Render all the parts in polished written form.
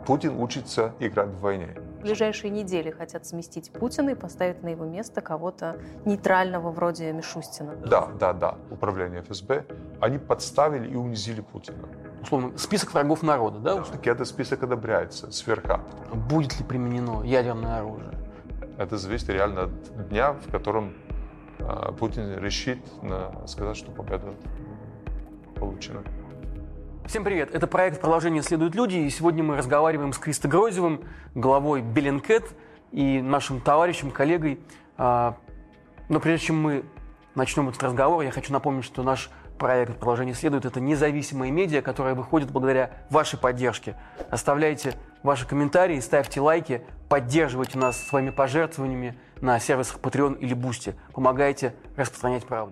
Путин учится играть в войне. В ближайшие недели хотят сместить Путина и поставить на его место кого-то нейтрального вроде Мишустина. Да. Управление ФСБ. Они подставили и унизили Путина. Условно, список врагов народа, да? Так этот список одобряется сверха. Будет ли применено ядерное оружие? Это зависит реально от дня, в котором Путин решит сказать, что победа получена. Всем привет! Это проект «Продолжение следуют люди», и сегодня мы разговариваем с Кристо Грозевым, главой Bellingcat, и нашим товарищем, коллегой. Но прежде чем мы начнем этот разговор, я хочу напомнить, что наш проект «Продолжение следует» — это независимая медиа, которая выходит благодаря вашей поддержке. Оставляйте ваши комментарии, ставьте лайки, поддерживайте нас своими пожертвованиями на сервисах Patreon или Boosty. Помогайте распространять правду.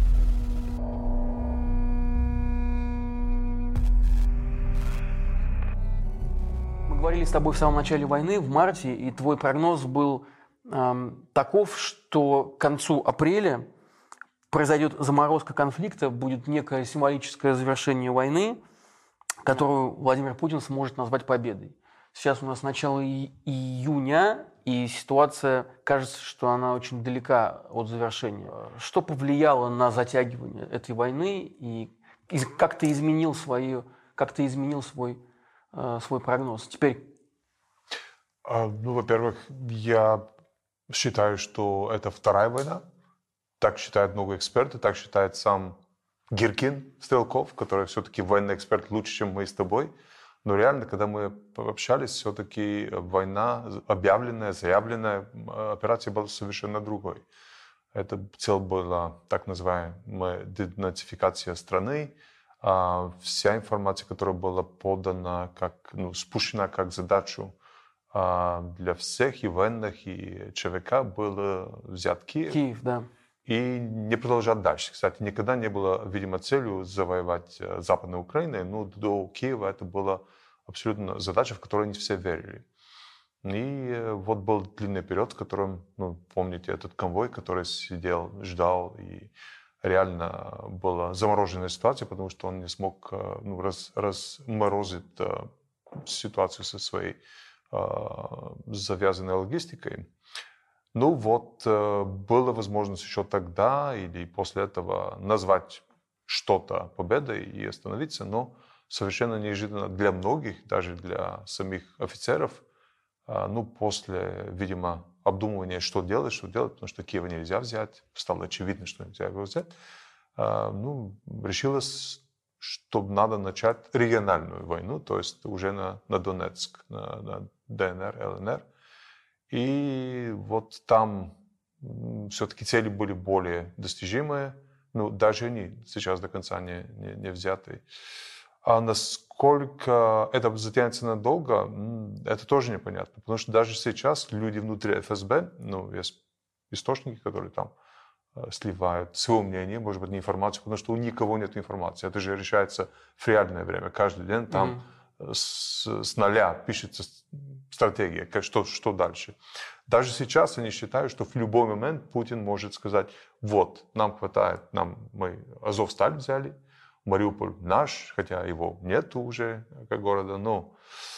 Мы говорили с тобой в самом начале войны, в марте, и твой прогноз был таков, что к концу апреля произойдет заморозка конфликта, будет некое символическое завершение войны, которую Владимир Путин сможет назвать победой. Сейчас у нас начало июня, и ситуация, кажется, что она очень далека от завершения. Что повлияло на затягивание этой войны, и как ты изменил свой прогноз теперь? Во-первых, я считаю, что это вторая война. Так считают много экспертов, так считает сам Гиркин, Стрелков, который все-таки военный эксперт лучше, чем мы с тобой. Но реально, когда мы общались, все-таки война объявленная, заявленная, операция была совершенно другой. Это цель была так называемая денацификация страны. Вся информация, которая была подана, спущена как задачу для всех, и военных, и ЧВК, было взять Киев. Киев, да. И не продолжать дальше. Кстати, никогда не было, видимо, целью завоевать Западную Украину, но до Киева это была абсолютно задача, в которую не все верили. И вот был длинный период, в котором, помните, этот конвой, который сидел, ждал, и реально была замороженная ситуация, потому что он не смог разморозить ситуацию со своей завязанной логистикой. Была возможность еще тогда или после этого назвать что-то победой и остановиться, но совершенно неожиданно для многих, даже для самих офицеров, после, видимо, обдумывания, что делать, потому что Киева нельзя взять, стало очевидно, что нельзя его взять, решилось, что надо начать региональную войну, то есть уже на Донецк, на ДНР, ЛНР. И вот там все-таки цели были более достижимые, даже они сейчас до конца не взяты. А насколько это затянется надолго, это тоже непонятно. Потому что даже сейчас люди внутри ФСБ, есть источники, которые там сливают свое мнение, может быть, не информацию, потому что у никого нет информации. Это же решается в реальное время. Каждый день там с нуля пишется стратегия, что дальше. Даже сейчас они считают, что в любой момент Путин может сказать: вот, нам хватает, мы Азовсталь взяли, Мариуполь наш, хотя его нет уже как города, но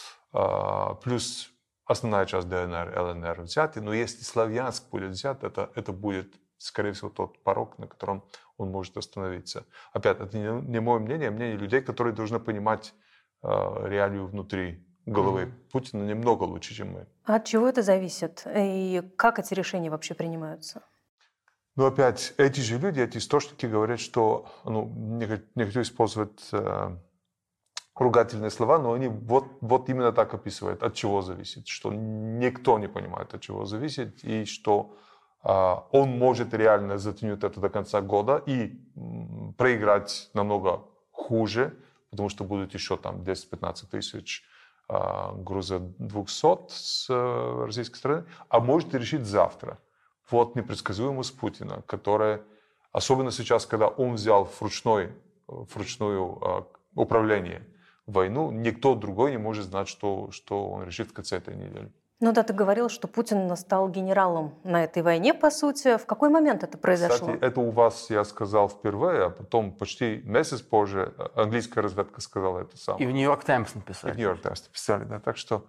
плюс основная часть ДНР, ЛНР взяты, но если Славянск будет взят, это будет, скорее всего, тот порог, на котором он может остановиться. Опять, это не мое мнение, а мнение людей, которые должны понимать реалию внутри головы Путина немного лучше, чем мы. А от чего это зависит? И как эти решения вообще принимаются? Опять, эти же люди, эти источники говорят, что, не хочу использовать ругательные слова, но они вот именно так описывают, от чего зависит, что никто не понимает, от чего зависит, и что он может реально затянуть это до конца года и проиграть намного хуже, потому что будут еще там 10-15 тысяч груза-200 с российской стороны, а может и решить завтра. Вот непредсказуемость Путина, которая, особенно сейчас, когда он взял в ручное управление войну, никто другой не может знать, что он решит в конце этой недели. Ну да, ты говорил, что Путин стал генералом на этой войне, по сути. В какой момент это произошло? Кстати, это у вас я сказал впервые, а потом почти месяц позже английская разведка сказала это самое. И в «Нью-Йорк Таймс» И написали. в «Нью-Йорк Таймс» написали, да. Так что,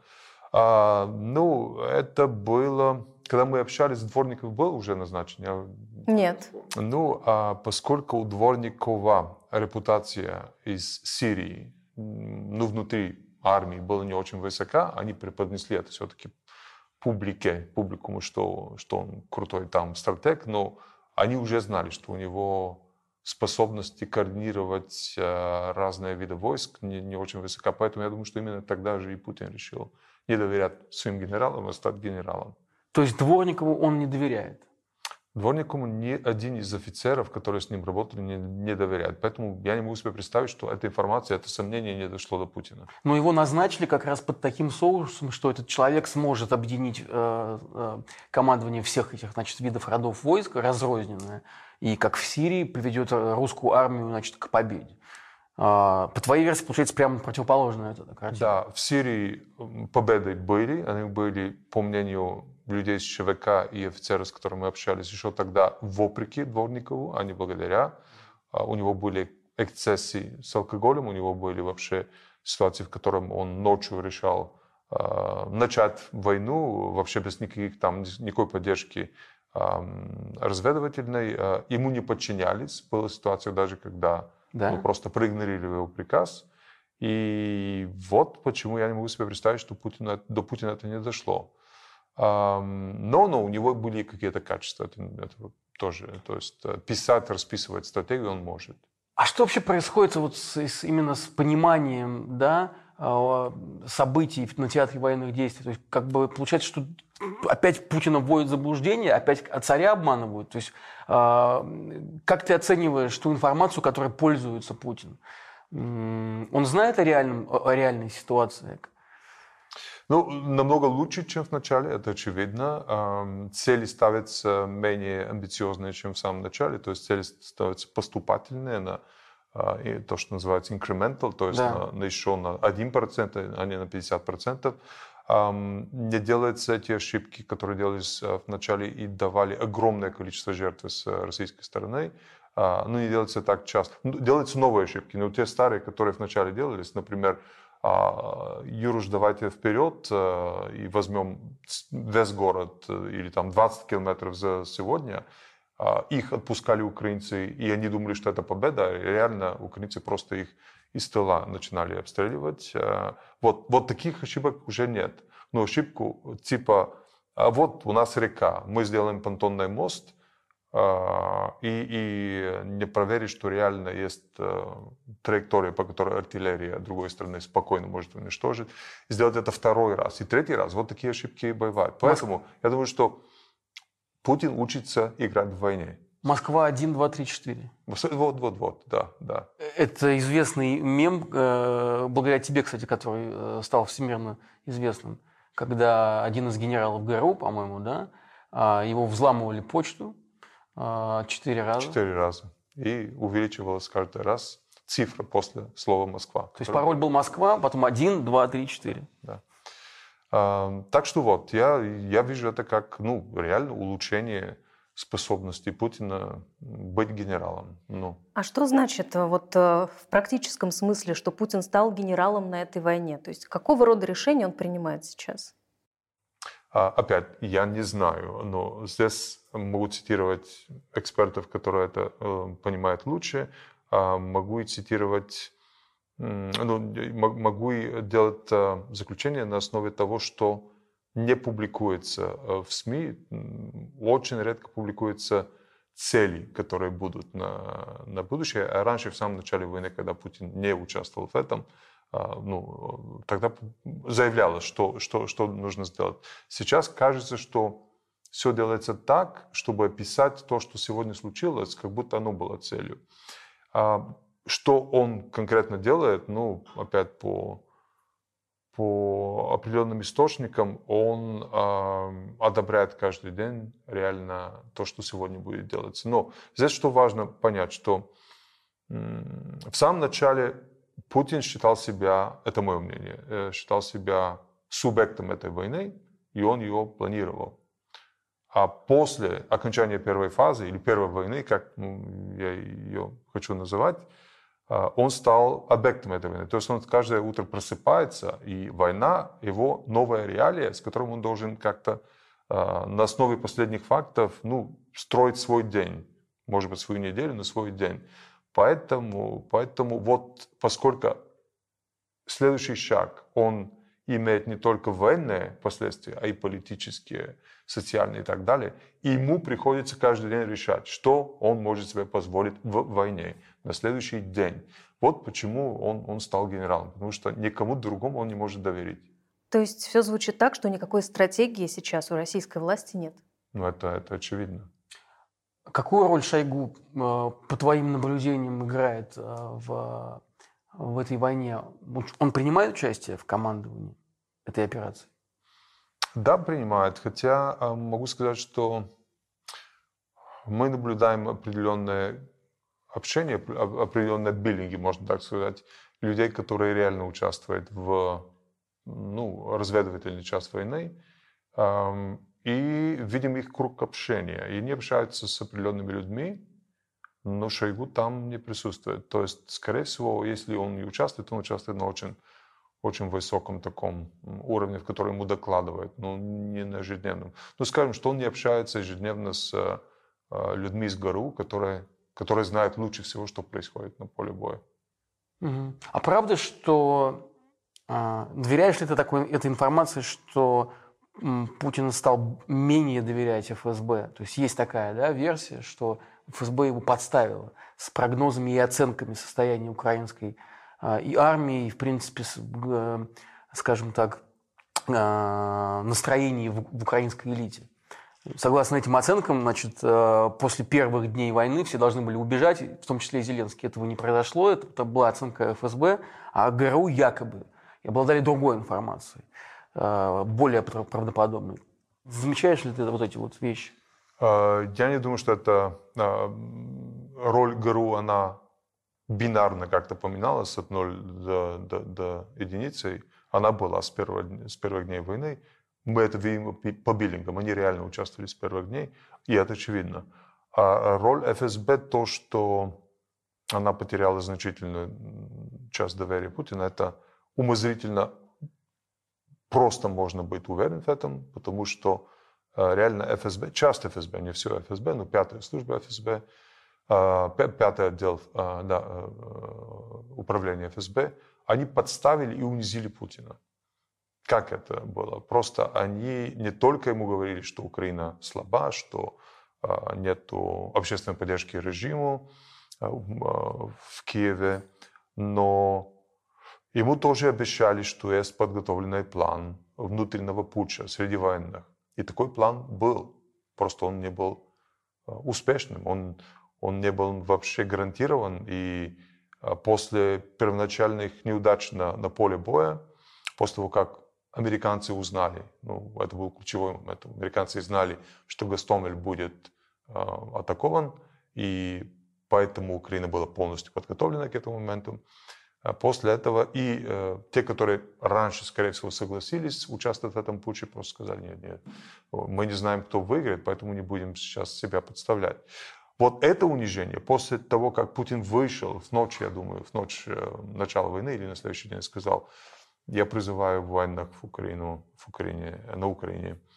это было... Когда мы общались, Дворников был уже назначен? Нет. Поскольку у Дворникова репутация из Сирии, внутри армии была не очень высока, они преподнесли это все-таки публикуму, что он крутой там стратег, но они уже знали, что у него способности координировать разные виды войск не очень высока. Поэтому я думаю, что именно тогда же и Путин решил не доверять своим генералам, а стать генералом. То есть Дворникову он не доверяет? Дворникову ни один из офицеров, которые с ним работали, не доверяет. Поэтому я не могу себе представить, что эта информация, это сомнение не дошло до Путина. Но его назначили как раз под таким соусом, что этот человек сможет объединить командование всех этих, значит, видов родов войск разрозненное, и как в Сирии приведет русскую армию, значит, к победе. По твоей версии, получается, прямо противоположная эта картина. Да, в Сирии победы были, они были, по мнению людей из ЧВК и офицеров, с которыми мы общались, еще тогда вопреки Дворникову, а не благодаря. У него были эксцессы с алкоголем, у него были вообще ситуации, в котором он ночью решал начать войну, вообще без никакой поддержки разведывательной. Ему не подчинялись. Была ситуация даже, когда просто проигнорировали его приказ. И вот почему я не могу себе представить, что до Путина это не дошло. Но у него были какие-то качества, это тоже, то есть писать, расписывать стратегию он может. А что вообще происходит вот именно с пониманием, да, событий на театре военных действий? То есть как бы получается, что опять Путина вводят в заблуждение, опять царя обманывают. То есть как ты оцениваешь ту информацию, которой пользуется Путин? Он знает о реальной ситуации? Намного лучше, чем в начале, это очевидно. Цели ставятся менее амбициозные, чем в самом начале, то есть цели ставятся поступательные на то, что называется incremental, то есть еще на 1%, а не на 50%. Не делаются те ошибки, которые делались в начале и давали огромное количество жертв с российской стороны. Не делается так часто. Делаются новые ошибки, но те старые, которые вначале делались, например, Юруш, давайте вперед и возьмем весь город или там 20 километров за сегодня. Их отпускали украинцы, и они думали, что это победа. Реально украинцы просто их из тыла начинали обстреливать. Вот таких ошибок уже нет. Но ошибку типа, вот у нас река, мы сделаем понтонный мост, и не проверить, что реально есть траектория, по которой артиллерия другой страны спокойно может уничтожить. И сделать это второй раз и третий раз. Вот такие ошибки бывают. Поэтому я думаю, что Путин учится играть в войне. Москва 1, 2, 3, 4. Вот, да. Это известный мем, благодаря тебе, кстати, который стал всемирно известным, когда один из генералов ГРУ, по-моему, да, его взламывали почту 4 раза. 4 раза. И увеличивалась каждый раз цифра после слова «Москва». То есть пароль был «Москва», потом 1, 2, 3, 4. Да. Так что вот, я вижу это как реально улучшение способности Путина быть генералом. А что значит в практическом смысле, что Путин стал генералом на этой войне? То есть какого рода решения он принимает сейчас? Опять, я не знаю, но здесь могу цитировать экспертов, которые это понимают лучше. Могу и цитировать, могу и делать заключение на основе того, что не публикуется в СМИ. Очень редко публикуются цели, которые будут на будущее. А раньше, в самом начале войны, когда Путин не участвовал в этом, тогда заявлялось, что нужно сделать. Сейчас кажется, что все делается так, чтобы описать то, что сегодня случилось, как будто оно было целью. Что он конкретно делает, опять по определенным источникам, он одобряет каждый день реально то, что сегодня будет делаться. Но здесь что важно понять, что в самом начале Путин считал себя, это мое мнение, считал себя субъектом этой войны и он ее планировал. А после окончания первой фазы, или первой войны, как я ее хочу называть, он стал объектом этой войны. То есть он каждое утро просыпается, и война – его новая реалия, с которой он должен как-то на основе последних фактов строить свой день. Может быть, свою неделю, но свой день. Поэтому вот поскольку следующий шаг, он имеет не только военные последствия, а и политические, социальные и так далее. И ему приходится каждый день решать, что он может себе позволить в войне на следующий день. Вот почему он стал генералом, потому что никому другому он не может доверить. То есть все звучит так, что никакой стратегии сейчас у российской власти нет? Это очевидно. Какую роль Шойгу, по твоим наблюдениям, играет в этой войне? Он принимает участие в командовании этой операции? Да, принимает. Хотя могу сказать, что мы наблюдаем определенное общение, определенные биллинги, можно так сказать, людей, которые реально участвуют в разведывательной части войны. И видим их круг общения. И они общаются с определенными людьми, но Шойгу там не присутствует. То есть, скорее всего, если он не участвует, он участвует на очень, очень высоком таком уровне, в котором ему докладывают, но не на ежедневном. Скажем, что он не общается ежедневно с людьми из ГРУ, которые знают лучше всего, что происходит на поле боя. Угу. А правда, что доверяешь ли ты этой информации, что Путин стал менее доверять ФСБ? То есть есть такая версия, что ФСБ его подставило с прогнозами и оценками состояния украинской и армии, и, в принципе, скажем так, настроений в украинской элите. Согласно этим оценкам, значит, после первых дней войны все должны были убежать, в том числе и Зеленский. Этого не произошло, это была оценка ФСБ, а ГРУ якобы обладали другой информацией, более правдоподобной. Замечаешь ли ты вот эти вот вещи? Я не думаю, что это роль ГРУ, она бинарно как-то поменялась от 0 до единицы. Она была с первых дней войны. Мы это видим по биллингам. Они реально участвовали с первых дней, и это очевидно. А роль ФСБ, то, что она потеряла значительную часть доверия Путина, это умозрительно просто можно быть уверен в этом, потому что реально ФСБ, часть ФСБ, не все ФСБ, но 5-я служба ФСБ, 5-й отдел управления ФСБ, они подставили и унизили Путина. Как это было? Просто они не только ему говорили, что Украина слаба, что нет общественной поддержки режиму в Киеве, но ему тоже обещали, что есть подготовленный план внутреннего путча среди военных. И такой план был. Просто он не был успешным. Он не был вообще гарантирован. И после первоначальных неудач на поле боя, после того, как американцы узнали, это был ключевой момент, американцы знали, что Гостомель будет атакован, и поэтому Украина была полностью подготовлена к этому моменту. После этого и те, которые раньше, скорее всего, согласились участвовать в этом путче, просто сказали, нет, мы не знаем, кто выиграет, поэтому не будем сейчас себя подставлять. Вот это унижение, после того, как Путин вышел в ночь, я думаю, в ночь начала войны или на следующий день сказал, я призываю военных на Украине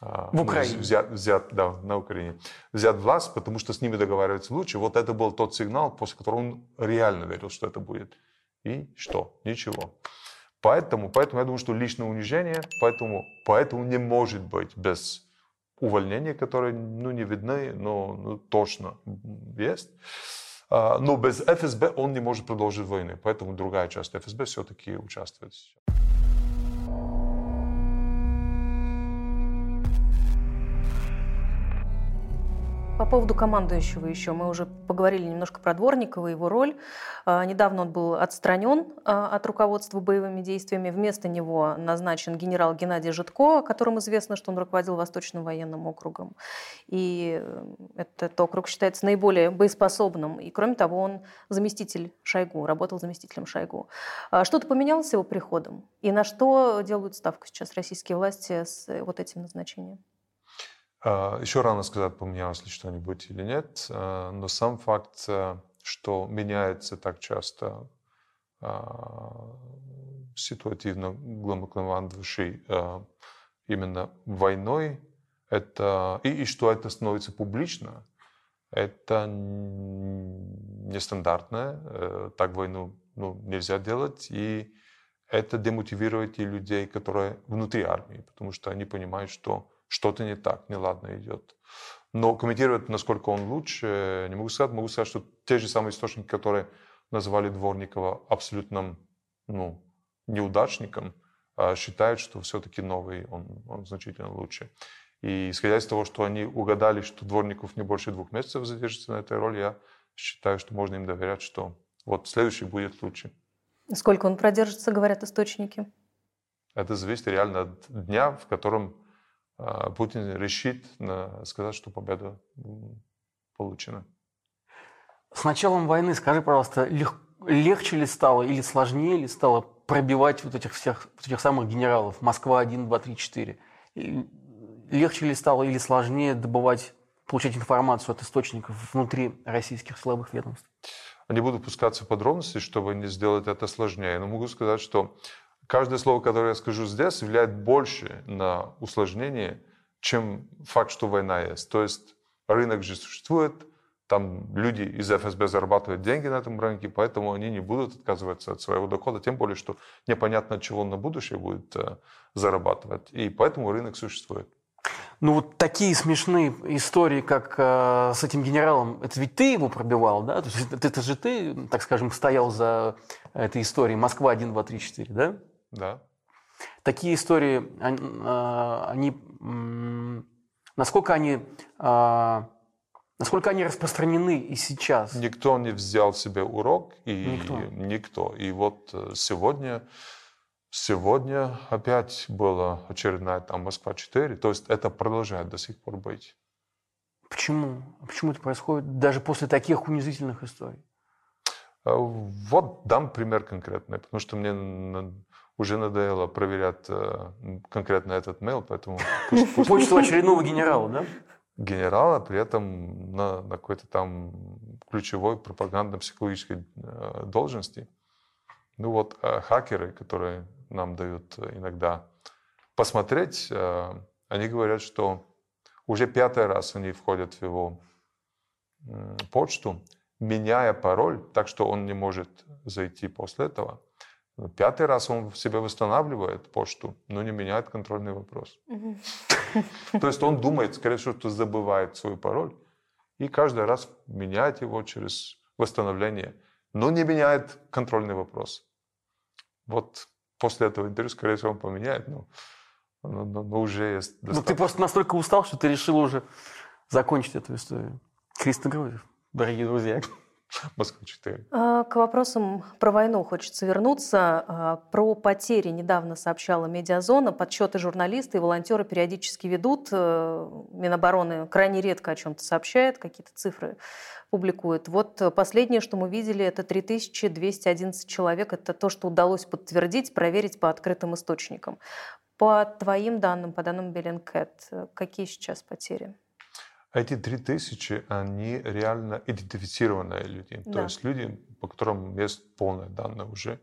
взять власть, потому что с ними договариваться лучше. Вот это был тот сигнал, после которого он реально верил, что это будет. И что? Ничего. Поэтому я думаю, что личное унижение, поэтому не может быть без увольнения, которые не видны, но точно есть. Но без ФСБ он не может продолжить войны. Поэтому другая часть ФСБ все-таки участвует. По поводу командующего еще. Мы уже поговорили немножко про Дворникова, его роль. Недавно он был отстранен от руководства боевыми действиями. Вместо него назначен генерал Геннадий Житко, о котором известно, что он руководил Восточным военным округом. И этот округ считается наиболее боеспособным. И, кроме того, он заместитель Шойгу, работал заместителем Шойгу. Что-то поменялось с его приходом? И на что делают ставку сейчас российские власти с вот этим назначением? Еще рано сказать, поменялось ли что-нибудь или нет, но сам факт, что меняется так часто ситуативно главнокомандующий именно войной, это, и что это становится публично, это нестандартно, так войну нельзя делать, и это демотивирует и людей, которые внутри армии, потому что они понимают, что что-то не так, неладно идет. Но комментировать, насколько он лучше, не могу сказать. Могу сказать, что те же самые источники, которые называли Дворникова абсолютным неудачником, считают, что все-таки новый, он значительно лучше. И исходя из того, что они угадали, что Дворников не больше 2 месяцев задержится на этой роли, я считаю, что можно им доверять, что вот следующий будет лучше. Сколько он продержится, говорят источники? Это зависит реально от дня, в котором Путин решит сказать, что победа получена. С началом войны, скажи, пожалуйста, легче ли стало или сложнее ли стало пробивать вот этих самых генералов Москва-1, 2, 3, 4? Легче ли стало или сложнее получать информацию от источников внутри российских силовых ведомств? Не буду пускаться в подробности, чтобы не сделать это сложнее, но могу сказать, что каждое слово, которое я скажу здесь, влияет больше на усложнение, чем факт, что война есть. То есть рынок же существует, там люди из ФСБ зарабатывают деньги на этом рынке, поэтому они не будут отказываться от своего дохода, тем более, что непонятно, от чего он на будущее будет зарабатывать. И поэтому рынок существует. Ну вот такие смешные истории, как с этим генералом, это ведь ты его пробивал, да? То есть это же ты, так скажем, стоял за этой историей Москва-1, 2, 3, 4, да? Да. Такие истории, насколько они распространены и сейчас? Никто не взял себе урок, и никто. И вот сегодня опять была очередная там Москва-4, то есть это продолжает до сих пор быть. Почему? Почему это происходит даже после таких унизительных историй? Вот дам пример конкретный, потому что мне уже надоело проверять конкретно этот мейл, поэтому... Почту очередного генерала, да? Генерала, при этом на какой-то там ключевой пропагандно-психологической должности. Ну вот хакеры, которые нам дают иногда посмотреть, они говорят, что уже 5-й раз они входят в его почту, меняя пароль, так что он не может зайти после этого. 5-й раз он в себе восстанавливает почту, но не меняет контрольный вопрос. То есть он думает, скорее всего, что забывает свой пароль и каждый раз меняет его через восстановление, но не меняет контрольный вопрос. Вот после этого интервью, скорее всего, он поменяет, но уже есть достаточно. Ну, ты просто настолько устал, что ты решил уже закончить эту историю. Христо Грозев, дорогие друзья. Москва-4. К вопросам про войну хочется вернуться. Про потери недавно сообщала «Медиазона». Подсчеты журналисты и волонтеры периодически ведут. Минобороны крайне редко о чем-то сообщает, какие-то цифры публикует. Вот последнее, что мы видели, это 3211 человек. Это то, что удалось подтвердить, проверить по открытым источникам. По твоим данным, по данным Bellingcat, какие сейчас потери? Эти 3000, они реально идентифицированные люди. Да. То есть люди, по которым есть полные данные уже.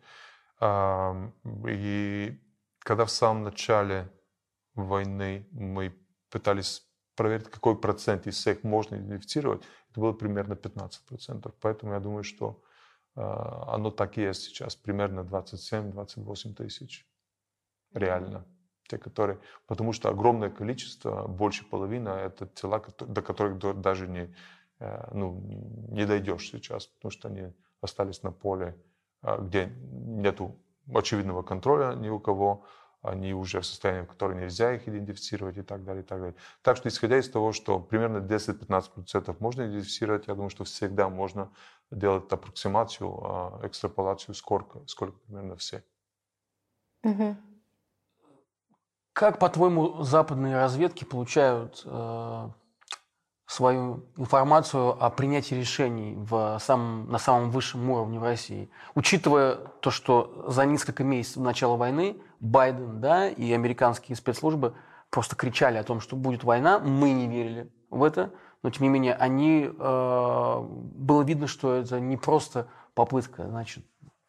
И когда в самом начале войны мы пытались проверить, какой процент из всех можно идентифицировать, это было примерно 15%. Поэтому я думаю, что оно так и есть сейчас. Примерно 27-28 тысяч. Реально. Те, которые, потому что огромное количество, больше половины, это тела, до которых даже не дойдешь сейчас, потому что они остались на поле, где нету очевидного контроля ни у кого, они уже в состоянии, в котором нельзя их идентифицировать и так далее, и так далее. Так что, исходя из того, что примерно 10-15% можно идентифицировать, я думаю, что всегда можно делать аппроксимацию, экстраполацию, сколько примерно все. Мгм. Как, по-твоему, западные разведки получают свою информацию о принятии решений на самом высшем уровне в России? Учитывая то, что за несколько месяцев до начала войны Байден, да, и американские спецслужбы просто кричали о том, что будет война, мы не верили в это, но тем не менее было видно, что это не просто попытка, значит,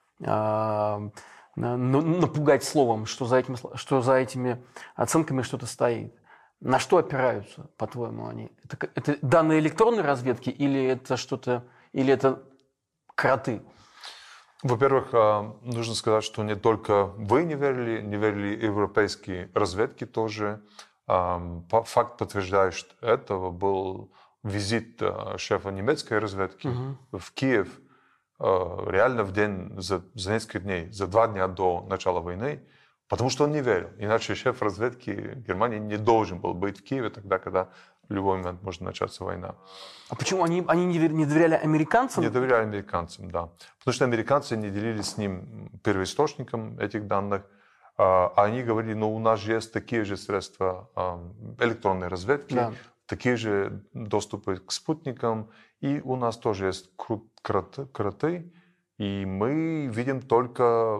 напугать словом, что за этими оценками что-то стоит. На что опираются, по-твоему, они? Это данные электронной разведки или это что-то, или это кроты? Во-первых, нужно сказать, что не только вы не верили европейские разведки тоже. Факт, подтверждающий этого, был визит шефа немецкой разведки в Киев реально в день, за несколько дней, за 2 дня до начала войны, потому что он не верил. Иначе шеф разведки Германии не должен был быть в Киеве тогда, когда в любой момент может начаться война. А почему они не доверяли американцам? Не доверяли американцам, да. Потому что американцы не делились с ним первоисточником этих данных. Они говорили, у нас же есть такие же средства электронной разведки, да, такие же доступы к спутникам, и у нас тоже есть кроты, и мы видим только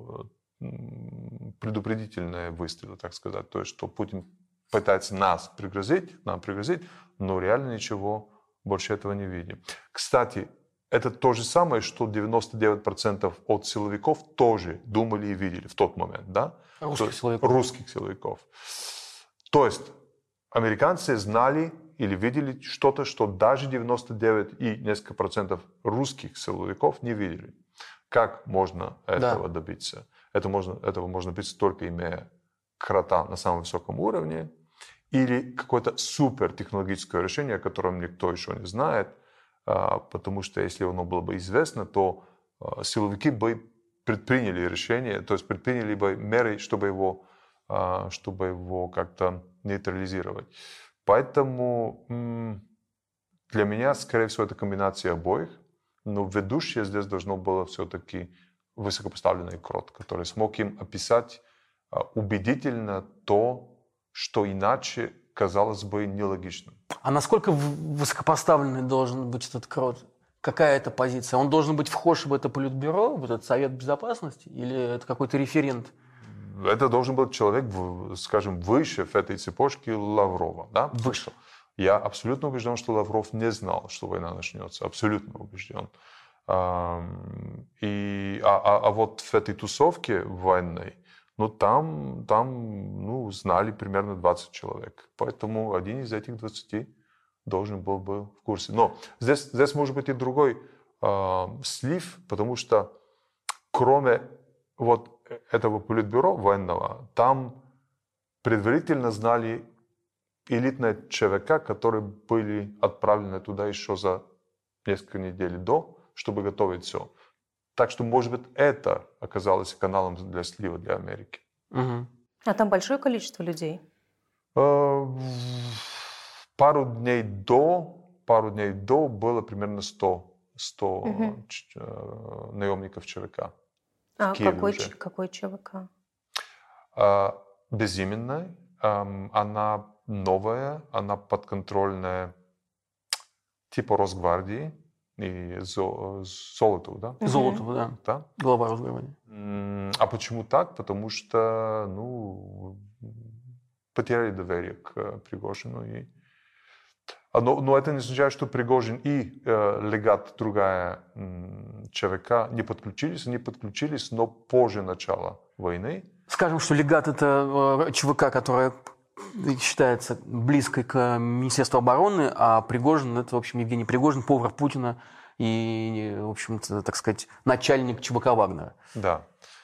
предупредительные выстрелы, так сказать. То есть, что Путин пытается нам пригрозить, но реально ничего больше этого не видим. Кстати, это то же самое, что 99% от силовиков тоже думали и видели в тот момент, да? Русских силовиков. То есть, американцы знали или видели что-то, что даже 99 и несколько процентов русских силовиков не видели. Как можно этого добиться? Этого можно добиться только имея крота на самом высоком уровне или какое-то супертехнологическое решение, о котором никто еще не знает, потому что если оно было бы известно, то силовики бы предприняли решение, то есть предприняли бы меры, чтобы его как-то нейтрализировать. Поэтому для меня, скорее всего, это комбинация обоих. Но ведущее здесь должно было все-таки высокопоставленный крот, который смог им описать убедительно то, что иначе казалось бы нелогичным. А насколько высокопоставленный должен быть этот крот? Какая это позиция? Он должен быть вхож в это политбюро, в этот Совет Безопасности, или это какой-то референт? Это должен быть человек, скажем, выше в этой цепочке Лаврова. Да? Выше. Я абсолютно убежден, что Лавров не знал, что война начнется. Абсолютно убежден. Вот в этой тусовке военной, там знали примерно 20 человек. Поэтому один из этих 20 должен был бы в курсе. Но здесь может быть и другой слив, потому что кроме вот этого политбюро военного, там предварительно знали элитные ЧВК, которые были отправлены туда еще за несколько недель до, чтобы готовить все. Так что, может быть, это оказалось каналом для слива для Америки. Угу. А там большое количество людей? Пару дней до было примерно 100 наемников ЧВК. А какой ЧВК? Безименная. Она новая, она подконтрольная типа Росгвардии и Золотова, да? Золотова, да. Глава Росгвардии. А почему так? Потому что, потеряли доверие к Пригожину. Но это не означает, что Пригожин и легат, другая ЧВК не подключились. Они подключились, но позже начала войны. Скажем, что легат – это ЧВК, которая считается близкой к Министерству обороны, а Пригожин – это, в общем, Евгений Пригожин, повар Путина и, в общем-то, так сказать, начальник ЧВК Вагнера. Да.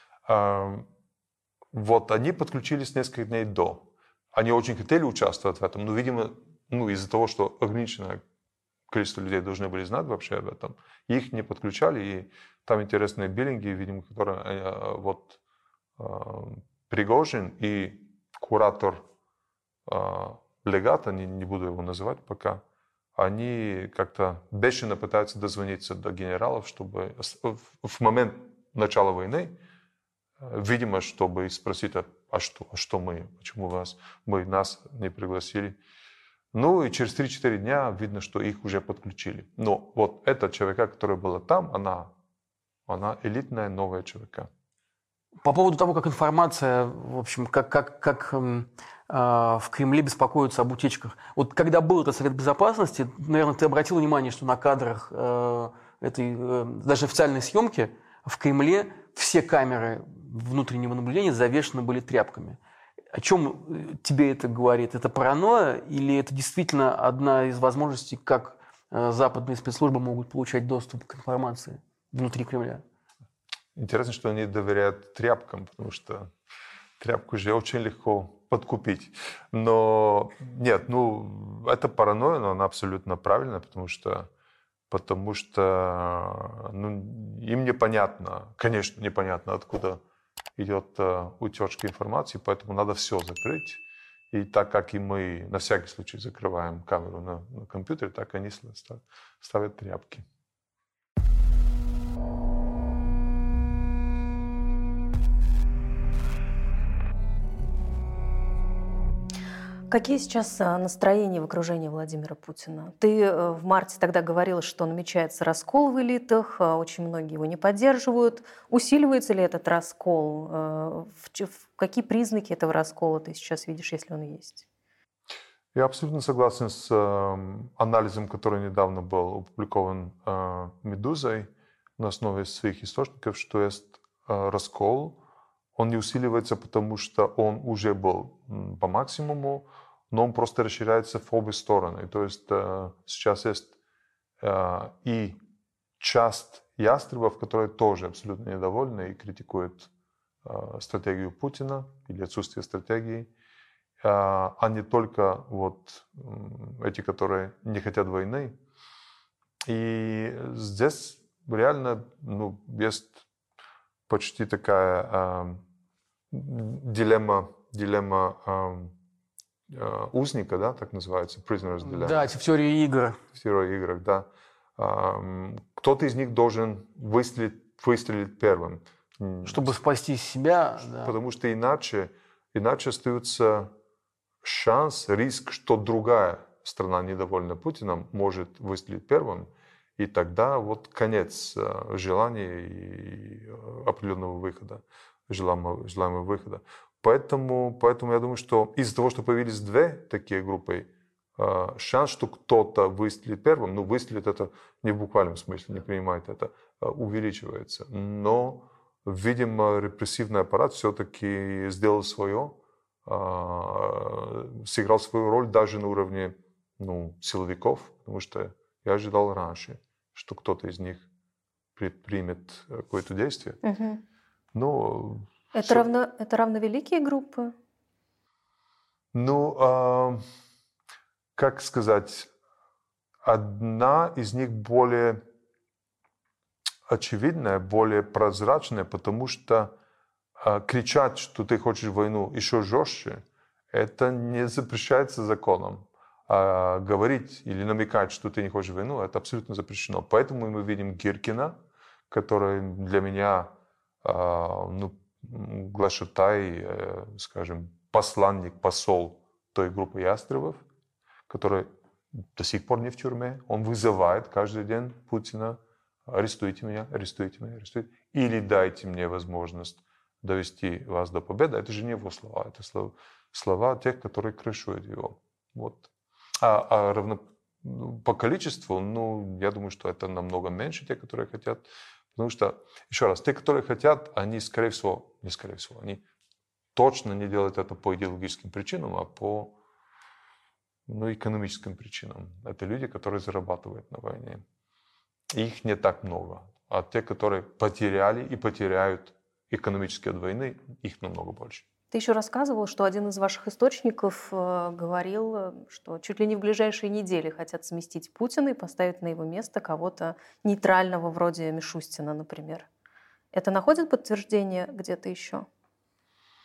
Вот они подключились несколько дней до. Они очень хотели участвовать в этом, но, видимо, из-за того, что ограниченное количество людей должны были знать вообще об этом, их не подключали, и там интересные биллинги, видимо, которые Пригожин и куратор легата, не буду его называть пока, они как-то бешено пытаются дозвониться до генералов, чтобы в момент начала войны, видимо, чтобы спросить, а что мы, почему нас не пригласили. Ну и через 3-4 дня видно, что их уже подключили. Но вот эта ЧВК, которая была там, она элитная новая ЧВК. По поводу того, как информация, в общем, как в Кремле беспокоятся об утечках. Вот когда был этот Совет Безопасности, наверное, ты обратил внимание, что на кадрах этой даже официальной съемки в Кремле все камеры внутреннего наблюдения завешены были тряпками. О чем тебе это говорит? Это паранойя или это действительно одна из возможностей, как западные спецслужбы могут получать доступ к информации внутри Кремля? Интересно, что они доверяют тряпкам, потому что тряпку же очень легко подкупить. Но нет, это паранойя, но она абсолютно правильная, потому что им непонятно, конечно, непонятно, откуда идет утечка информации, поэтому надо все закрыть. И так как и мы на всякий случай закрываем камеру на компьютере, так они ставят тряпки. Какие сейчас настроения в окружении Владимира Путина? Ты в марте тогда говорила, что намечается раскол в элитах, очень многие его не поддерживают. Усиливается ли этот раскол? Какие признаки этого раскола ты сейчас видишь, если он есть? Я абсолютно согласен с анализом, который недавно был опубликован «Медузой» на основе своих источников, что есть раскол. Он не усиливается, потому что он уже был по максимуму, но он просто расширяется в обе стороны. То есть сейчас есть и часть ястребов, которые тоже абсолютно недовольны и критикуют стратегию Путина или отсутствие стратегии, а не только эти, которые не хотят войны. И здесь реально есть почти такая дилемма узника, да, так называется, prisoner's dilemma. Да, в теории игр. В теории игр, да. Кто-то из них должен выстрелить первым. Чтобы спасти себя. Да. Потому что иначе остается риск, что другая страна, недовольна Путиным, может выстрелить первым. И тогда конец желания и определенного выхода, желаемого выхода. Поэтому я думаю, что из-за того, что появились две такие группы, шанс, что кто-то выстрелит первым, выстрелит это не в буквальном смысле, не принимает это, увеличивается. Но, видимо, репрессивный аппарат все-таки сделал свое, сыграл свою роль даже на уровне силовиков, потому что я ожидал раньше, что кто-то из них предпримет какое-то действие. Угу. Но это равновеликие группы? Как сказать, одна из них более очевидная, более прозрачная, потому что кричать, что ты хочешь войну, еще жестче, это не запрещается законом. А говорить или намекать, что ты не хочешь войну, это абсолютно запрещено. Поэтому мы видим Гиркина, который для меня глашатай, скажем, посол той группы ястребов, который до сих пор не в тюрьме. Он вызывает каждый день Путина: арестуйте меня, арестуйте меня, арестуйте. Или дайте мне возможность довести вас до победы. Это же не его слова, это слова тех, которые крышуют его. Вот. По количеству, я думаю, что это намного меньше те, которые хотят. Потому что, еще раз, те, которые хотят, они, они точно не делают это по идеологическим причинам, а по экономическим причинам. Это люди, которые зарабатывают на войне. Их не так много. А те, которые потеряли и потеряют экономически от войны, их намного больше. Ты еще рассказывал, что один из ваших источников говорил, что чуть ли не в ближайшие недели хотят сместить Путина и поставить на его место кого-то нейтрального, вроде Мишустина, например. Это находит подтверждение где-то еще?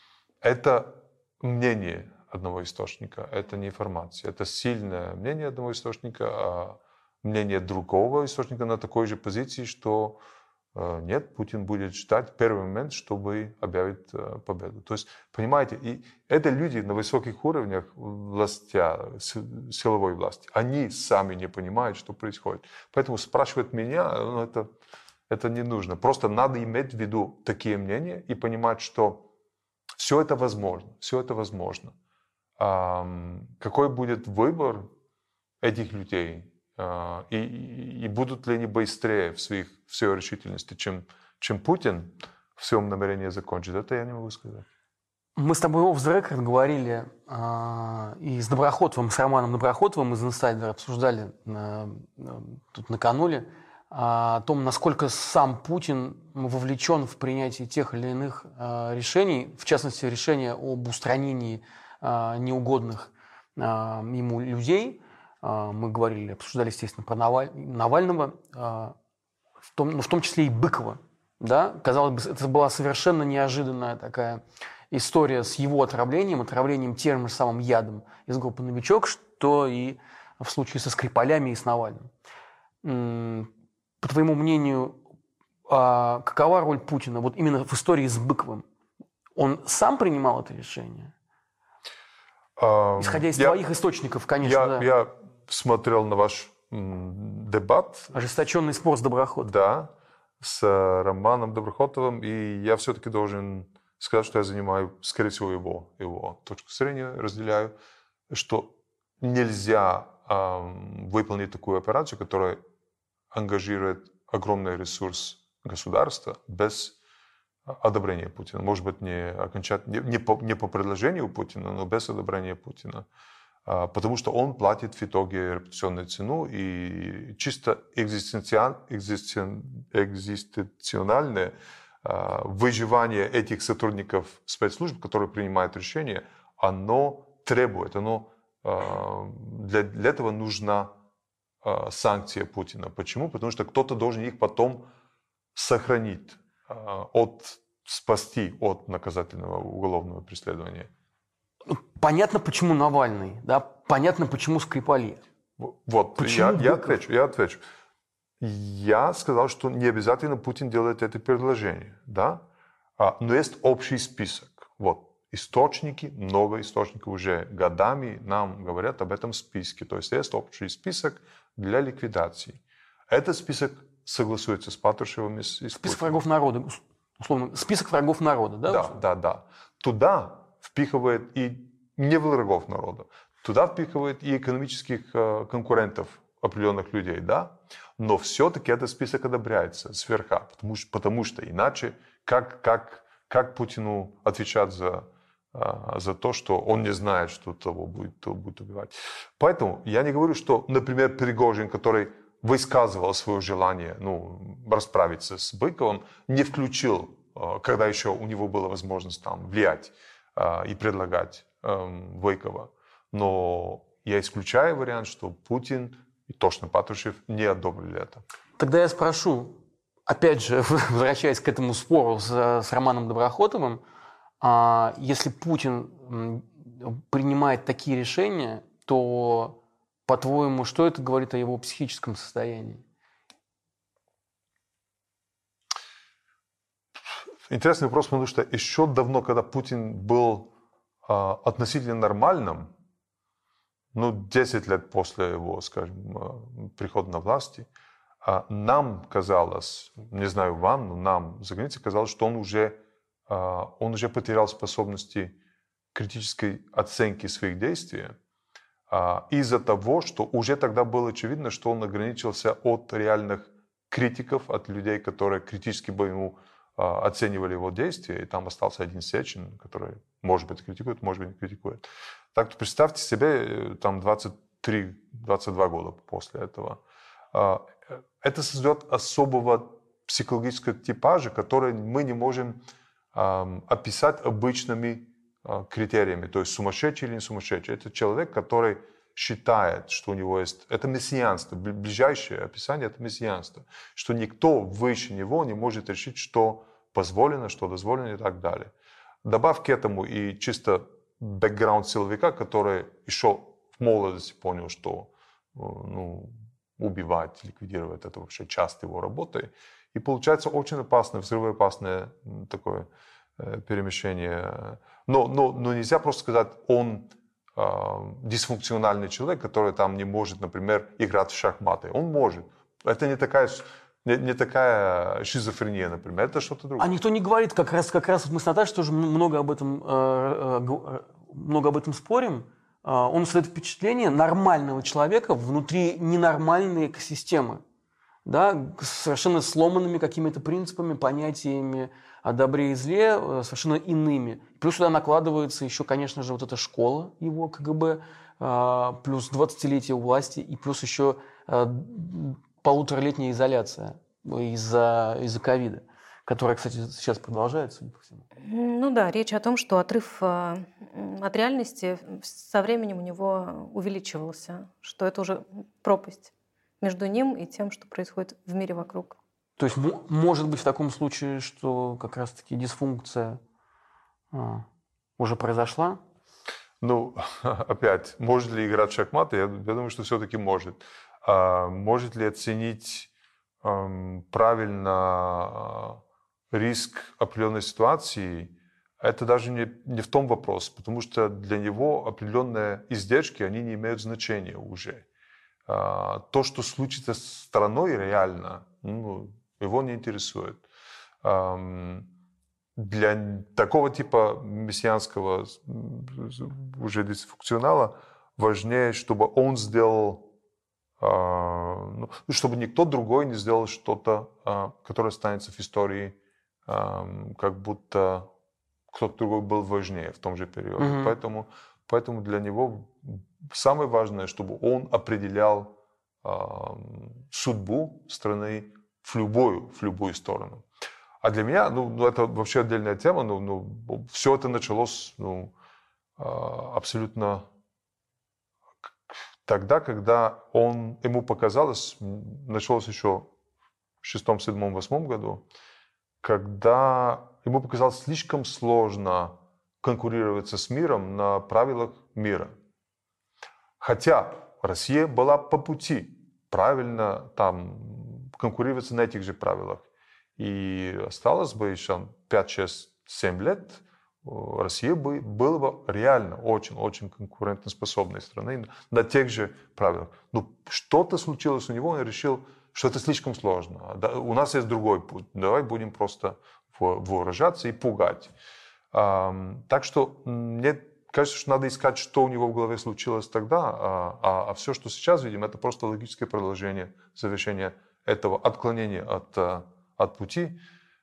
это мнение одного источника, это не информация. Это сильное мнение одного источника, а мнение другого источника на такой же позиции, что нет, Путин будет ждать первый момент, чтобы объявить победу. То есть, понимаете, и это люди на высоких уровнях власти, силовой власти. Они сами не понимают, что происходит. Поэтому спрашивать меня, это не нужно. Просто надо иметь в виду такие мнения и понимать, что все это возможно. Все это возможно. Какой будет выбор этих людей? И будут ли они быстрее в своей решительности, чем Путин в своем намерении закончить, это я не могу сказать. Мы с тобой off-the-record говорили и с Доброхотовым, с Романом Доброхотовым из Insider обсуждали тут накануне о том, насколько сам Путин вовлечен в принятие тех или иных решений, в частности, решения об устранении неугодных ему людей. Мы говорили, обсуждали, естественно, про Навального, в том числе и Быкова. Да? Казалось бы, это была совершенно неожиданная такая история с его отравлением тем же самым ядом из группы «Новичок», что и в случае со Скрипалями и с Навальным. По твоему мнению, какова роль Путина вот именно в истории с Быковым? Он сам принимал это решение? Исходя из твоих источников, конечно. Я смотрел на ваш дебат. Ожесточенный спор с Доброхотовым. Да, с Романом Доброхотовым. И я все-таки должен сказать, что я занимаю, скорее всего, его точку зрения, разделяю, что нельзя выполнить такую операцию, которая ангажирует огромный ресурс государства без одобрения Путина. Может быть, не по предложению Путина, но без одобрения Путина. Потому что он платит в итоге репутационную цену, и чисто экзистенциональное выживание этих сотрудников спецслужб, которые принимают решения, оно требует, для этого нужна санкция Путина. Почему? Потому что кто-то должен их потом сохранить, спасти от наказательного уголовного преследования. Понятно, почему Навальный, да? Понятно, почему Скрипали. Вот, я отвечу. Я сказал, что не обязательно Путин делает это предложение, да? Но есть общий список. Вот. Много источников уже годами нам говорят об этом списке. То есть есть общий список для ликвидации. Этот список согласуется с Патрушевым и с Путиным. Список врагов народа, условно. Список врагов народа, да? Да. Туда впихивает и не врагов народа. Туда впихивает и экономических конкурентов определенных людей, да? Но все-таки этот список одобряется сверха, потому что иначе как Путину отвечать за то, что он не знает, что того будет убивать. Поэтому я не говорю, что, например, Пригожин, который высказывал свое желание расправиться с Быковым, не включил, когда еще у него была возможность там влиять и предлагать Быкова. Но я исключаю вариант, что Путин и точно Патрушев не одобрили это. Тогда я спрошу, опять же, возвращаясь к этому спору с Романом Доброхотовым, если Путин принимает такие решения, то, по-твоему, что это говорит о его психическом состоянии? Интересный вопрос, потому что еще давно, когда Путин был относительно нормальным, 10 лет после его, скажем, прихода на власти, нам казалось, не знаю вам, но нам за границей казалось, что он уже потерял способности критической оценки своих действий из-за того, что уже тогда было очевидно, что он ограничился от реальных критиков, от людей, которые критически бы ему оценивали его действия, и там остался один Сечин, который, может быть, критикует, может быть, не критикует. Так что представьте себе, там 23-22 года после этого. Это создает особого психологического типажа, который мы не можем описать обычными критериями. То есть сумасшедший или не сумасшедший. Это человек, который считает, что у него есть... Это мессианство. Ближайшее описание – это мессианство. Что никто выше него не может решить, что позволено, что дозволено и так далее. Добавь к этому и чисто бэкграунд силовика, который еще в молодости понял, что убивать, ликвидировать это вообще часть его работы. И получается очень опасное, взрывоопасное такое перемещение. Но нельзя просто сказать, он дисфункциональный человек, который там не может, например, играть в шахматы. Он может. Это не такая шизофрения, например. Это что-то другое. А никто не говорит, как раз мы с Наташей тоже много об этом спорим. Он создает впечатление нормального человека внутри ненормальной экосистемы. Да, с совершенно сломанными какими-то принципами, понятиями о добре и зле, совершенно иными. Плюс сюда накладывается еще, конечно же, вот эта школа его КГБ, плюс 20-летие у власти, и плюс еще 1,5-летняя изоляция из-за ковида, которая, кстати, сейчас продолжается, судя по всему. Ну да, речь о том, что отрыв от реальности со временем у него увеличивался, что это уже пропасть между ним и тем, что происходит в мире вокруг. То есть может быть в таком случае, что как раз-таки дисфункция уже произошла? Ну, опять, может ли играть в шахматы? Я думаю, что все-таки может. Может ли оценить правильно риск определенной ситуации? Это даже не в том вопрос, потому что для него определенные издержки, они не имеют значения уже. То, что случится с страной реально, его не интересует. Для такого типа мессианского уже дисфункционала важнее, чтобы он сделал, чтобы никто другой не сделал что-то, которое останется в истории, как будто кто-то другой был важнее в том же периоде. Mm-hmm. Поэтому для него самое важное, чтобы он определял судьбу страны в любую сторону. А для меня, это вообще отдельная тема, все это началось абсолютно тогда, когда ему показалось, началось еще в 6, 7, 8 году, когда ему показалось слишком сложно конкурировать с миром на правилах мира. Хотя Россия была по пути правильно там конкурировать на этих же правилах. И осталось бы еще 5, 6, 7 лет, Россия была бы реально очень конкурентоспособной страной на тех же правилах. Но что-то случилось у него, он решил, что это слишком сложно. У нас есть другой путь. Давай будем просто вооружаться и пугать. Так что мне кажется, что надо искать, что у него в голове случилось тогда, а все, что сейчас видим, это просто логическое продолжение, завершение этого отклонения от пути,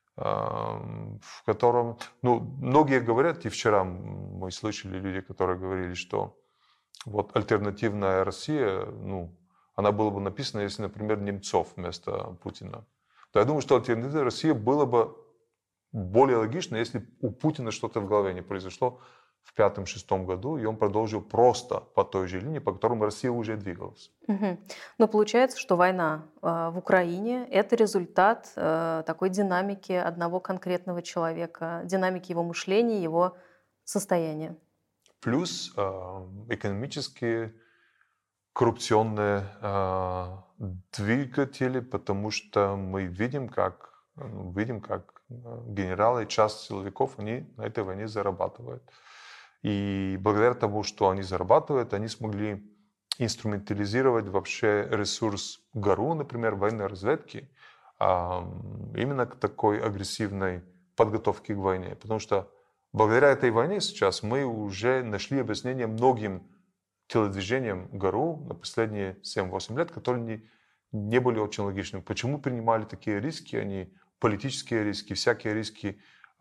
в котором, многие говорят, и вчера мы слышали люди, которые говорили, что вот альтернативная Россия, она была бы написана, если, например, Немцов вместо Путина. То я думаю, что альтернативная Россия была бы более логично, если у Путина что-то в голове не произошло в 5-6 году, и он продолжил просто по той же линии, по которой Россия уже двигалась. Угу. Но получается, что война в Украине – это результат такой динамики одного конкретного человека, динамики его мышления, его состояния. Плюс экономические коррупционные двигатели, потому что мы видим, как генералы и часть силовиков, они на этой войне зарабатывают. И благодаря тому, что они зарабатывают, они смогли инструментализировать вообще ресурс ГРУ, например, военной разведки, именно к такой агрессивной подготовке к войне. Потому что благодаря этой войне сейчас мы уже нашли объяснение многим телодвижениям ГРУ на последние 7-8 лет, которые не были очень логичными. Почему принимали такие риски? Они политические риски, всякие риски,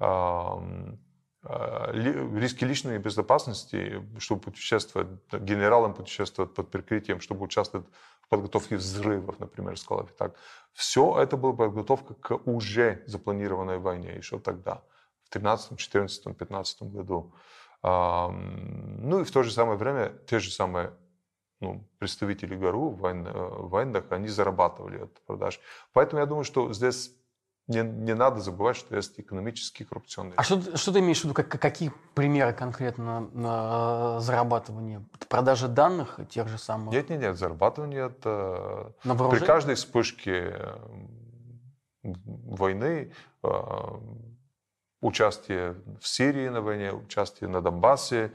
риски личной безопасности, чтобы путешествовать, генералам путешествовать под прикрытием, чтобы участвовать в подготовке взрывов, например, скалов. Так. Все это была подготовка к уже запланированной войне еще тогда, в 13, 14, 15 году. И в то же самое время те же самые представители ГРУ в войнах, они зарабатывали от продаж. Поэтому я думаю, что здесь не надо забывать, что есть экономические коррупционные. А что ты имеешь в виду? Какие примеры конкретно зарабатывания? Продажа данных тех же самых? Нет. Зарабатывание это при каждой вспышке войны, участие в Сирии на войне, участие на Донбассе,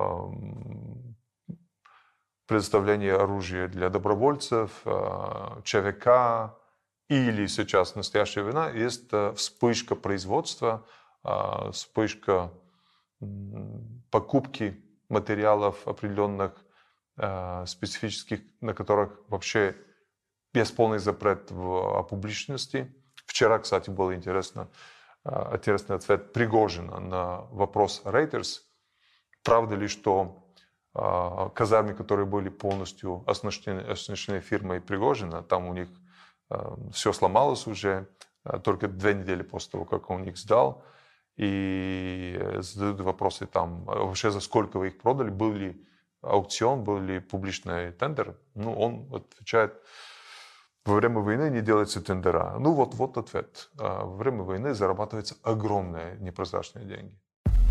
предоставление оружия для добровольцев, ЧВК, или сейчас настоящая война, есть вспышка производства, вспышка покупки материалов определенных, специфических, на которых вообще есть полный запрет о публичности. Вчера, кстати, был интересный ответ Пригожина на вопрос Reuters. Правда ли, что казармы, которые были полностью оснащены фирмой Пригожина, там у них все сломалось уже, только 2 недели после того, как он их сдал. И задают вопросы там, вообще за сколько вы их продали, был ли аукцион, был ли публичный тендер. Он отвечает, во время войны не делаются тендера. Вот ответ. Во время войны зарабатываются огромные непрозрачные деньги.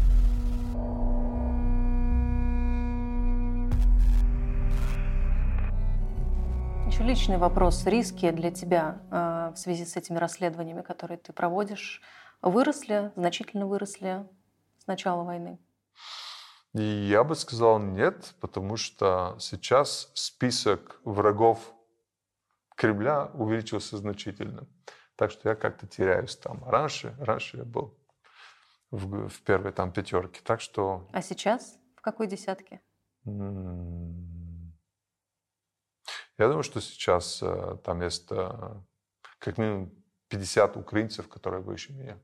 Еще личный вопрос. Риски для тебя в связи с этими расследованиями, которые ты проводишь, значительно выросли с начала войны? Я бы сказал нет, потому что сейчас список врагов Кремля увеличился значительно. Так что я как-то теряюсь там. Раньше я был в первой там 5. Так что... А сейчас в какой десятке? Я думаю, что сейчас там есть как минимум 50 украинцев, которые выше меня.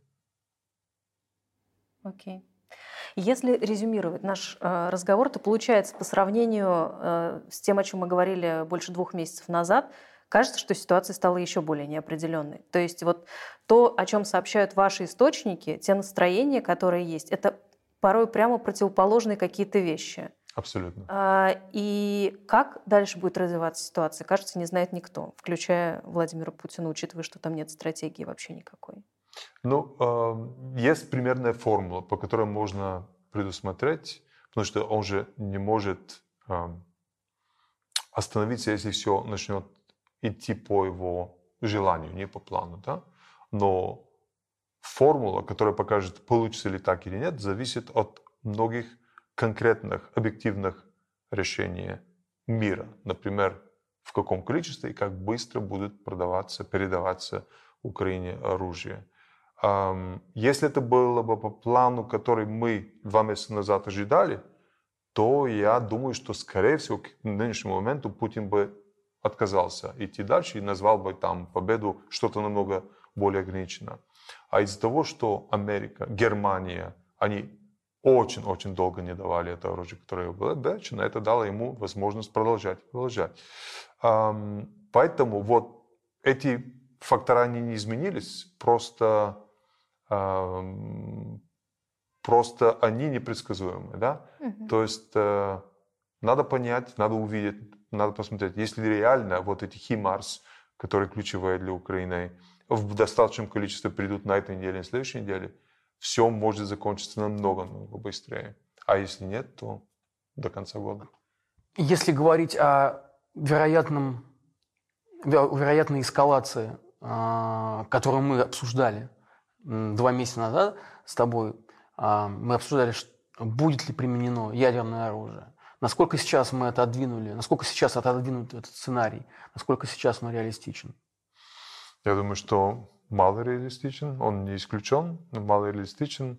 Окей. Если резюмировать наш разговор, то получается, по сравнению с тем, о чем мы говорили больше 2 месяцев назад, кажется, что ситуация стала еще более неопределенной. То есть вот то, о чем сообщают ваши источники, те настроения, которые есть, это порой прямо противоположные какие-то вещи. Абсолютно. И как дальше будет развиваться ситуация, кажется, не знает никто, включая Владимира Путина, учитывая, что там нет стратегии вообще никакой. Есть примерная формула, по которой можно предусмотреть, потому что он же не может остановиться, если все начнет идти по его желанию, не по плану. Да? Но формула, которая покажет, получится ли так или нет, зависит от многих конкретных, объективных решений мира. Например, в каком количестве и как быстро будет передаваться Украине оружие. Если это было бы по плану, который мы 2 месяца назад ожидали, то я думаю, что, скорее всего, к нынешнему моменту Путин бы отказался идти дальше и назвал бы там победу что-то намного более ограничено. А из-за того, что Америка, Германия, они очень-очень долго не давали это оружие, которое было обещано, это дало ему возможность продолжать. Поэтому вот эти фактора не изменились, просто они непредсказуемы. Да? То есть надо понять, надо увидеть, надо посмотреть, если реально вот эти HIMARS, которые ключевые для Украины, в достаточном количестве придут на этой неделе, на следующей неделе, все может закончиться намного быстрее. А если нет, то до конца года. Если говорить о вероятной эскалации, которую мы обсуждали 2 месяца назад с тобой, мы обсуждали, будет ли применено ядерное оружие. Насколько сейчас мы это отодвинули? Насколько сейчас отодвинут этот сценарий? Насколько сейчас он реалистичен? Я думаю, что мало реалистичен. Он не исключен, но мало реалистичен.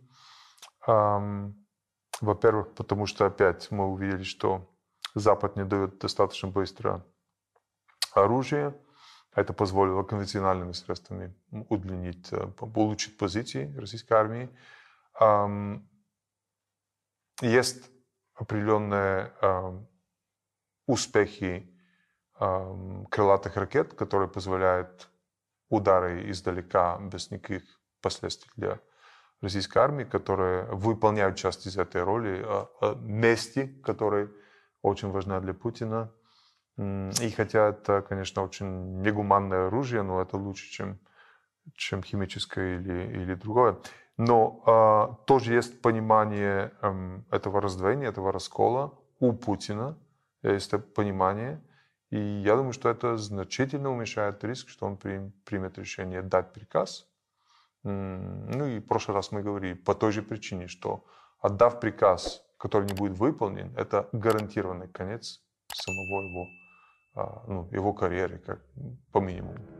Во-первых, потому что опять мы увидели, что Запад не дает достаточно быстро оружие. Это позволило конвенциональными средствами улучшить позиции российской армии. Есть определенные успехи крылатых ракет, которые позволяют удары издалека без никаких последствий для российской армии, которые выполняют часть из этой роли мести, которая очень важна для Путина. И хотя это, конечно, очень негуманное оружие, но это лучше, чем чем химическое или другое. Но тоже есть понимание этого раздвоения, этого раскола у Путина. Есть это понимание. И я думаю, что это значительно уменьшает риск, что он примет решение дать приказ. Ну и в прошлый раз мы говорили по той же причине, что отдав приказ, который не будет выполнен, это гарантированный конец самого его карьеры, как по минимуму.